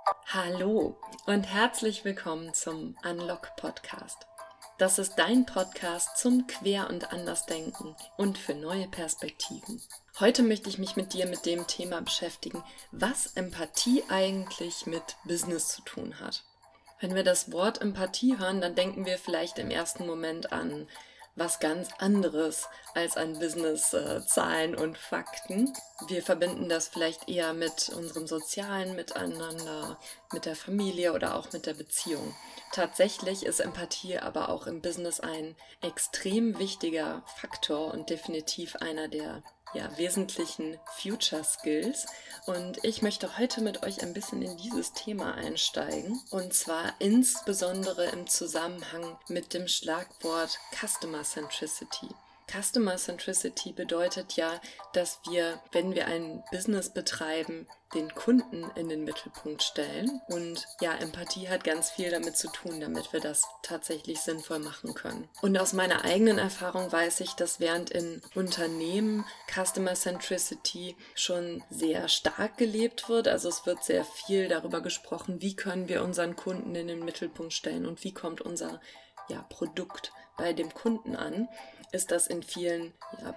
Hallo und herzlich willkommen zum Unlock Podcast. Das ist dein Podcast zum Quer- und Andersdenken und für neue Perspektiven. Heute möchte ich mich mit dir mit dem Thema beschäftigen, was Empathie eigentlich mit Business zu tun hat. Wenn wir das Wort Empathie hören, dann denken wir vielleicht im ersten Moment an was ganz anderes als an Business, Zahlen und Fakten. Wir verbinden das vielleicht eher mit unserem sozialen Miteinander, mit der Familie oder auch mit der Beziehung. Tatsächlich ist Empathie aber auch im Business ein extrem wichtiger Faktor und definitiv einer der wesentlichen Future Skills. Und ich möchte heute mit euch ein bisschen in dieses Thema einsteigen. Und zwar insbesondere im Zusammenhang mit dem Schlagwort Customer Centricity. Customer Centricity bedeutet ja, dass wir, wenn wir ein Business betreiben, den Kunden in den Mittelpunkt stellen. Und ja, Empathie hat ganz viel damit zu tun, damit wir das tatsächlich sinnvoll machen können. Und aus meiner eigenen Erfahrung weiß ich, dass während in Unternehmen Customer Centricity schon sehr stark gelebt wird. Also es wird sehr viel darüber gesprochen, wie können wir unseren Kunden in den Mittelpunkt stellen und wie kommt unser Produkt bei dem Kunden an, ist das in vielen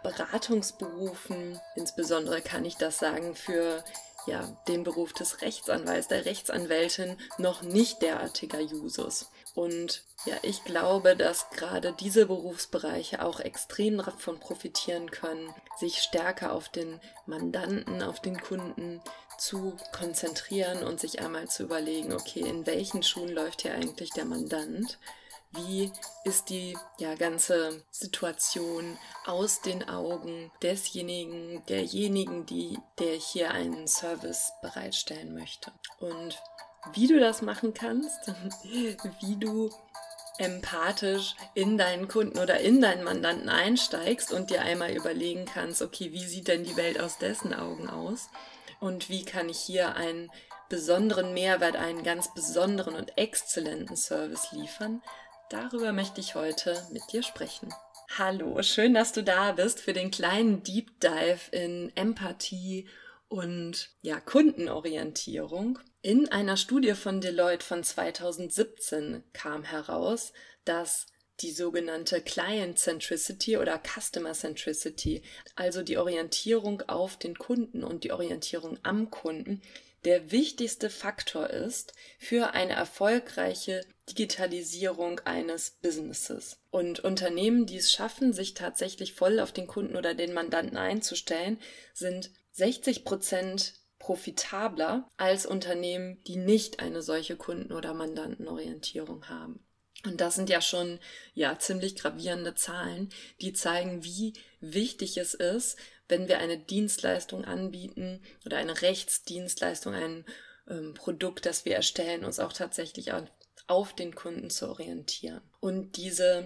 Beratungsberufen, insbesondere kann ich das sagen für den Beruf des Rechtsanwalts, der Rechtsanwältin, noch nicht derartiger Usus. Und ich glaube, dass gerade diese Berufsbereiche auch extrem davon profitieren können, sich stärker auf den Mandanten, auf den Kunden zu konzentrieren und sich einmal zu überlegen, okay, in welchen Schuhen läuft hier eigentlich der Mandant? Wie ist die ganze Situation aus den Augen desjenigen, derjenigen, der hier einen Service bereitstellen möchte? Und wie du das machen kannst, wie du empathisch in deinen Kunden oder in deinen Mandanten einsteigst und dir einmal überlegen kannst, okay, wie sieht denn die Welt aus dessen Augen aus? Und wie kann ich hier einen besonderen Mehrwert, einen ganz besonderen und exzellenten Service liefern? Darüber möchte ich heute mit dir sprechen. Hallo, schön, dass du da bist für den kleinen Deep Dive in Empathie und Kundenorientierung. In einer Studie von Deloitte von 2017 kam heraus, dass die sogenannte Client Centricity oder Customer Centricity, also die Orientierung auf den Kunden und die Orientierung am Kunden, der wichtigste Faktor ist für eine erfolgreiche Digitalisierung eines Businesses. Und Unternehmen, die es schaffen, sich tatsächlich voll auf den Kunden oder den Mandanten einzustellen, sind 60% profitabler als Unternehmen, die nicht eine solche Kunden- oder Mandantenorientierung haben. Und das sind ja schon ziemlich gravierende Zahlen, die zeigen, wie wichtig es ist, wenn wir eine Dienstleistung anbieten oder eine Rechtsdienstleistung, ein Produkt, das wir erstellen, uns auch tatsächlich auf den Kunden zu orientieren. Und diese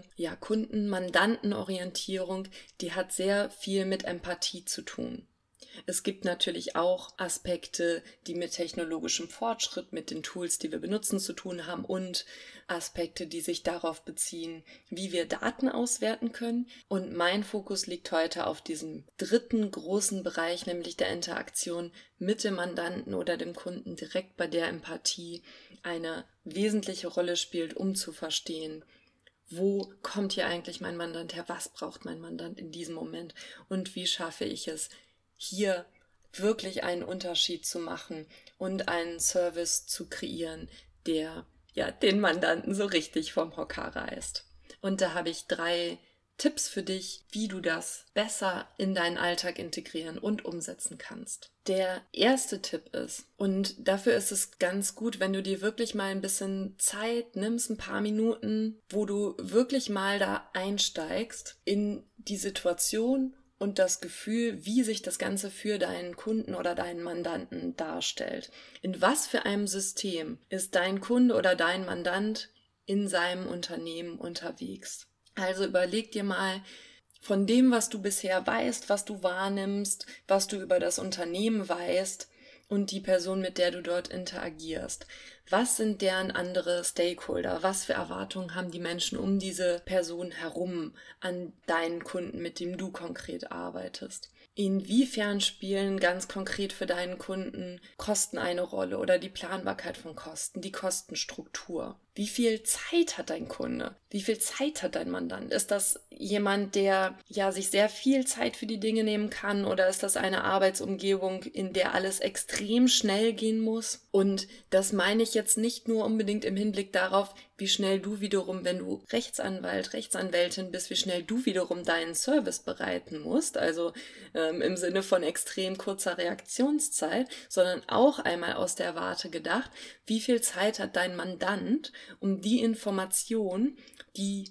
Kunden-Mandanten-Orientierung, die hat sehr viel mit Empathie zu tun. Es gibt natürlich auch Aspekte, die mit technologischem Fortschritt, mit den Tools, die wir benutzen, zu tun haben und Aspekte, die sich darauf beziehen, wie wir Daten auswerten können. Und mein Fokus liegt heute auf diesem dritten großen Bereich, nämlich der Interaktion mit dem Mandanten oder dem Kunden, direkt bei der Empathie eine wesentliche Rolle spielt, um zu verstehen, wo kommt hier eigentlich mein Mandant her, was braucht mein Mandant in diesem Moment und wie schaffe ich es, hier wirklich einen Unterschied zu machen und einen Service zu kreieren, der den Mandanten so richtig vom Hocker reißt. Und da habe ich 3 Tipps für dich, wie du das besser in deinen Alltag integrieren und umsetzen kannst. Der erste Tipp ist, und dafür ist es ganz gut, wenn du dir wirklich mal ein bisschen Zeit nimmst, ein paar Minuten, wo du wirklich mal da einsteigst in die Situation und das Gefühl, wie sich das Ganze für deinen Kunden oder deinen Mandanten darstellt. In was für einem System ist dein Kunde oder dein Mandant in seinem Unternehmen unterwegs? Also überleg dir mal von dem, was du bisher weißt, was du wahrnimmst, was du über das Unternehmen weißt und die Person, mit der du dort interagierst. Was sind deren andere Stakeholder? Was für Erwartungen haben die Menschen um diese Person herum an deinen Kunden, mit dem du konkret arbeitest? Inwiefern spielen ganz konkret für deinen Kunden Kosten eine Rolle oder die Planbarkeit von Kosten, die Kostenstruktur? Wie viel Zeit hat dein Kunde? Wie viel Zeit hat dein Mandant? Ist das jemand, der sich sehr viel Zeit für die Dinge nehmen kann, oder ist das eine Arbeitsumgebung, in der alles extrem schnell gehen muss? Und das meine ich jetzt nicht nur unbedingt im Hinblick darauf, wie schnell du wiederum, wenn du Rechtsanwalt, Rechtsanwältin bist, wie schnell du wiederum deinen Service bereiten musst, also im Sinne von extrem kurzer Reaktionszeit, sondern auch einmal aus der Warte gedacht, wie viel Zeit hat dein Mandant, um die Information, die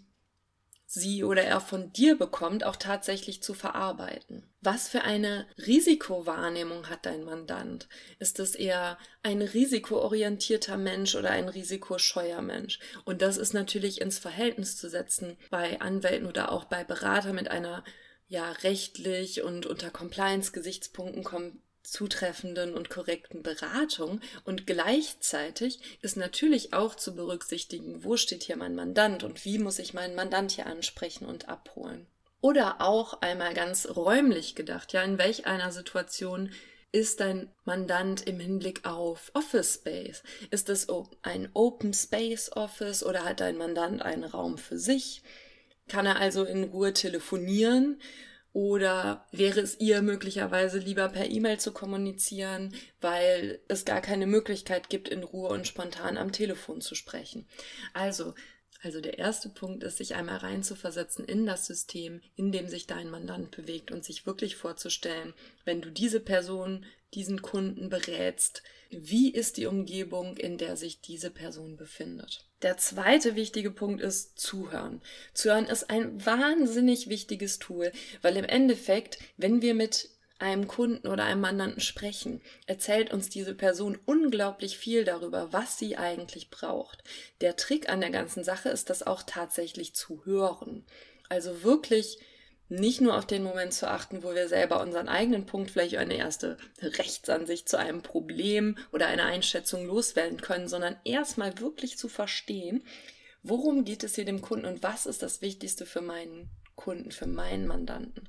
sie oder er von dir bekommt, auch tatsächlich zu verarbeiten. Was für eine Risikowahrnehmung hat dein Mandant? Ist es eher ein risikoorientierter Mensch oder ein risikoscheuer Mensch? Und das ist natürlich ins Verhältnis zu setzen bei Anwälten oder auch bei Beratern mit einer rechtlich und unter Compliance-Gesichtspunkten zutreffenden und korrekten Beratung, und gleichzeitig ist natürlich auch zu berücksichtigen, wo steht hier mein Mandant und wie muss ich meinen Mandant hier ansprechen und abholen. Oder auch einmal ganz räumlich gedacht, in welch einer Situation ist dein Mandant im Hinblick auf Office Space? Ist es ein Open Space Office oder hat dein Mandant einen Raum für sich? Kann er also in Ruhe telefonieren? Oder wäre es ihr möglicherweise lieber per E-Mail zu kommunizieren, weil es gar keine Möglichkeit gibt, in Ruhe und spontan am Telefon zu sprechen? Also der erste Punkt ist, sich einmal reinzuversetzen in das System, in dem sich dein Mandant bewegt, und sich wirklich vorzustellen, wenn du diese Person, diesen Kunden berätst, wie ist die Umgebung, in der sich diese Person befindet. Der zweite wichtige Punkt ist Zuhören. Zuhören ist ein wahnsinnig wichtiges Tool, weil im Endeffekt, wenn wir mit einem Kunden oder einem Mandanten sprechen, erzählt uns diese Person unglaublich viel darüber, was sie eigentlich braucht. Der Trick an der ganzen Sache ist, das auch tatsächlich zu hören. Also wirklich nicht nur auf den Moment zu achten, wo wir selber unseren eigenen Punkt, vielleicht eine erste Rechtsansicht zu einem Problem oder eine Einschätzung loswerden können, sondern erstmal wirklich zu verstehen, worum geht es hier dem Kunden und was ist das Wichtigste für meinen Kunden, für meinen Mandanten.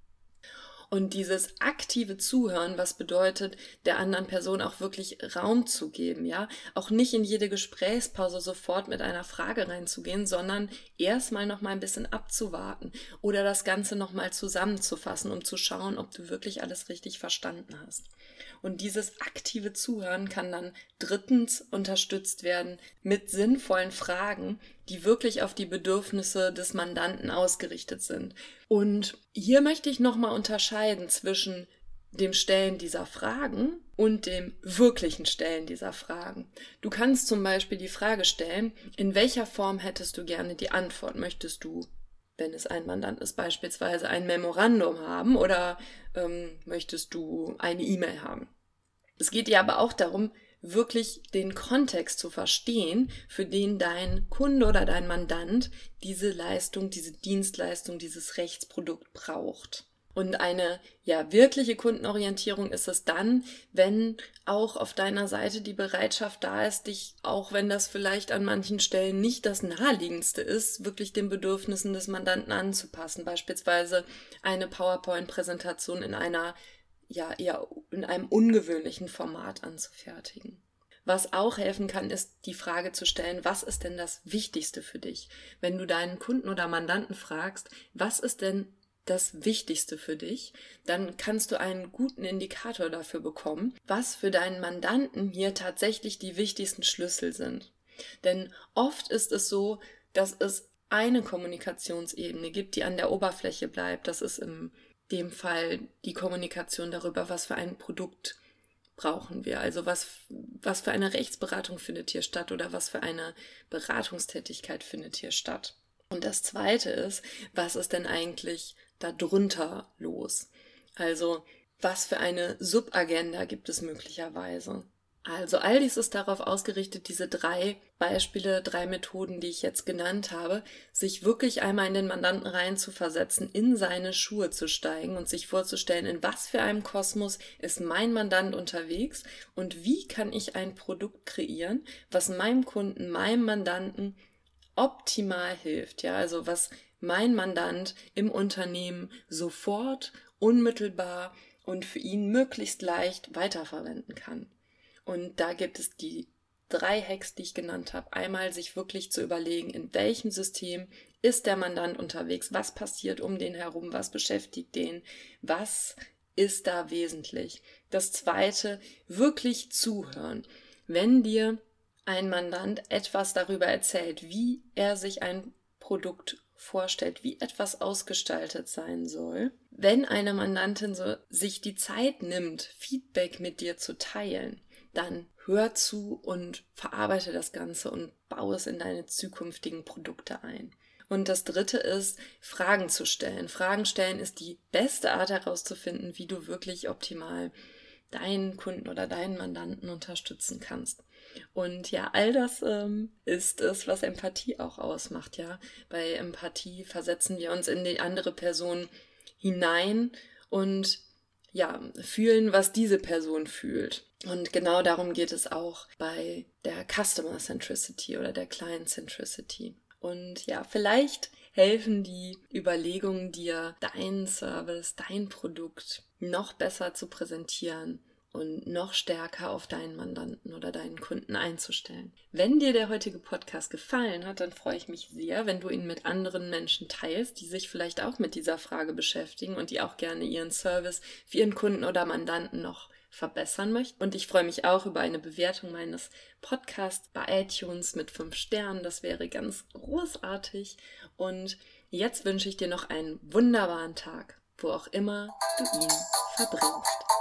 Und dieses aktive Zuhören, was bedeutet, der anderen Person auch wirklich Raum zu geben, auch nicht in jede Gesprächspause sofort mit einer Frage reinzugehen, sondern erstmal noch mal ein bisschen abzuwarten oder das Ganze noch mal zusammenzufassen, um zu schauen, ob du wirklich alles richtig verstanden hast. Und dieses aktive Zuhören kann dann drittens unterstützt werden mit sinnvollen Fragen, die wirklich auf die Bedürfnisse des Mandanten ausgerichtet sind. Und hier möchte ich nochmal unterscheiden zwischen dem Stellen dieser Fragen und dem wirklichen Stellen dieser Fragen. Du kannst zum Beispiel die Frage stellen, in welcher Form hättest du gerne die Antwort? Möchtest du, wenn es ein Mandant ist, beispielsweise ein Memorandum haben oder möchtest du eine E-Mail haben? Es geht dir aber auch darum, wirklich den Kontext zu verstehen, für den dein Kunde oder dein Mandant diese Leistung, diese Dienstleistung, dieses Rechtsprodukt braucht. Und eine wirkliche Kundenorientierung ist es dann, wenn auch auf deiner Seite die Bereitschaft da ist, dich, auch wenn das vielleicht an manchen Stellen nicht das Naheliegendste ist, wirklich den Bedürfnissen des Mandanten anzupassen. Beispielsweise eine PowerPoint-Präsentation in einer eher in einem ungewöhnlichen Format anzufertigen. Was auch helfen kann, ist die Frage zu stellen, was ist denn das Wichtigste für dich? Wenn du deinen Kunden oder Mandanten fragst, was ist denn das Wichtigste für dich, dann kannst du einen guten Indikator dafür bekommen, was für deinen Mandanten hier tatsächlich die wichtigsten Schlüssel sind. Denn oft ist es so, dass es eine Kommunikationsebene gibt, die an der Oberfläche bleibt. Das ist in dem Fall die Kommunikation darüber, was für ein Produkt brauchen wir. Also was für eine Rechtsberatung findet hier statt oder was für eine Beratungstätigkeit findet hier statt. Und das Zweite ist, was ist denn eigentlich darunter los? Also was für eine Subagenda gibt es möglicherweise? Also all dies ist darauf ausgerichtet, diese 3 Beispiele, 3 Methoden, die ich jetzt genannt habe, sich wirklich einmal in den Mandanten reinzuversetzen, in seine Schuhe zu steigen und sich vorzustellen, in was für einem Kosmos ist mein Mandant unterwegs und wie kann ich ein Produkt kreieren, was meinem Kunden, meinem Mandanten optimal hilft, ja, also was mein Mandant im Unternehmen sofort, unmittelbar und für ihn möglichst leicht weiterverwenden kann. Und da gibt es die 3 Hacks, die ich genannt habe. Einmal sich wirklich zu überlegen, in welchem System ist der Mandant unterwegs, was passiert um den herum, was beschäftigt den, was ist da wesentlich. Das Zweite, wirklich zuhören. Wenn dir ein Mandant etwas darüber erzählt, wie er sich ein Produkt vorstellt, wie etwas ausgestaltet sein soll, wenn eine Mandantin sich die Zeit nimmt, Feedback mit dir zu teilen, dann hör zu und verarbeite das Ganze und baue es in deine zukünftigen Produkte ein. Und das Dritte ist, Fragen zu stellen. Fragen stellen ist die beste Art herauszufinden, wie du wirklich optimal deinen Kunden oder deinen Mandanten unterstützen kannst. Und ja, all das ist es, was Empathie auch ausmacht, ja. Bei Empathie versetzen wir uns in die andere Person hinein und ja, fühlen, was diese Person fühlt. Und genau darum geht es auch bei der Customer Centricity oder der Client Centricity. Und ja, vielleicht helfen die Überlegungen dir, deinen Service, dein Produkt noch besser zu präsentieren und noch stärker auf deinen Mandanten oder deinen Kunden einzustellen. Wenn dir der heutige Podcast gefallen hat, dann freue ich mich sehr, wenn du ihn mit anderen Menschen teilst, die sich vielleicht auch mit dieser Frage beschäftigen und die auch gerne ihren Service für ihren Kunden oder Mandanten noch verbessern möchten. Und ich freue mich auch über eine Bewertung meines Podcasts bei iTunes mit 5 Sternen. Das wäre ganz großartig. Und jetzt wünsche ich dir noch einen wunderbaren Tag, wo auch immer du ihn verbringst.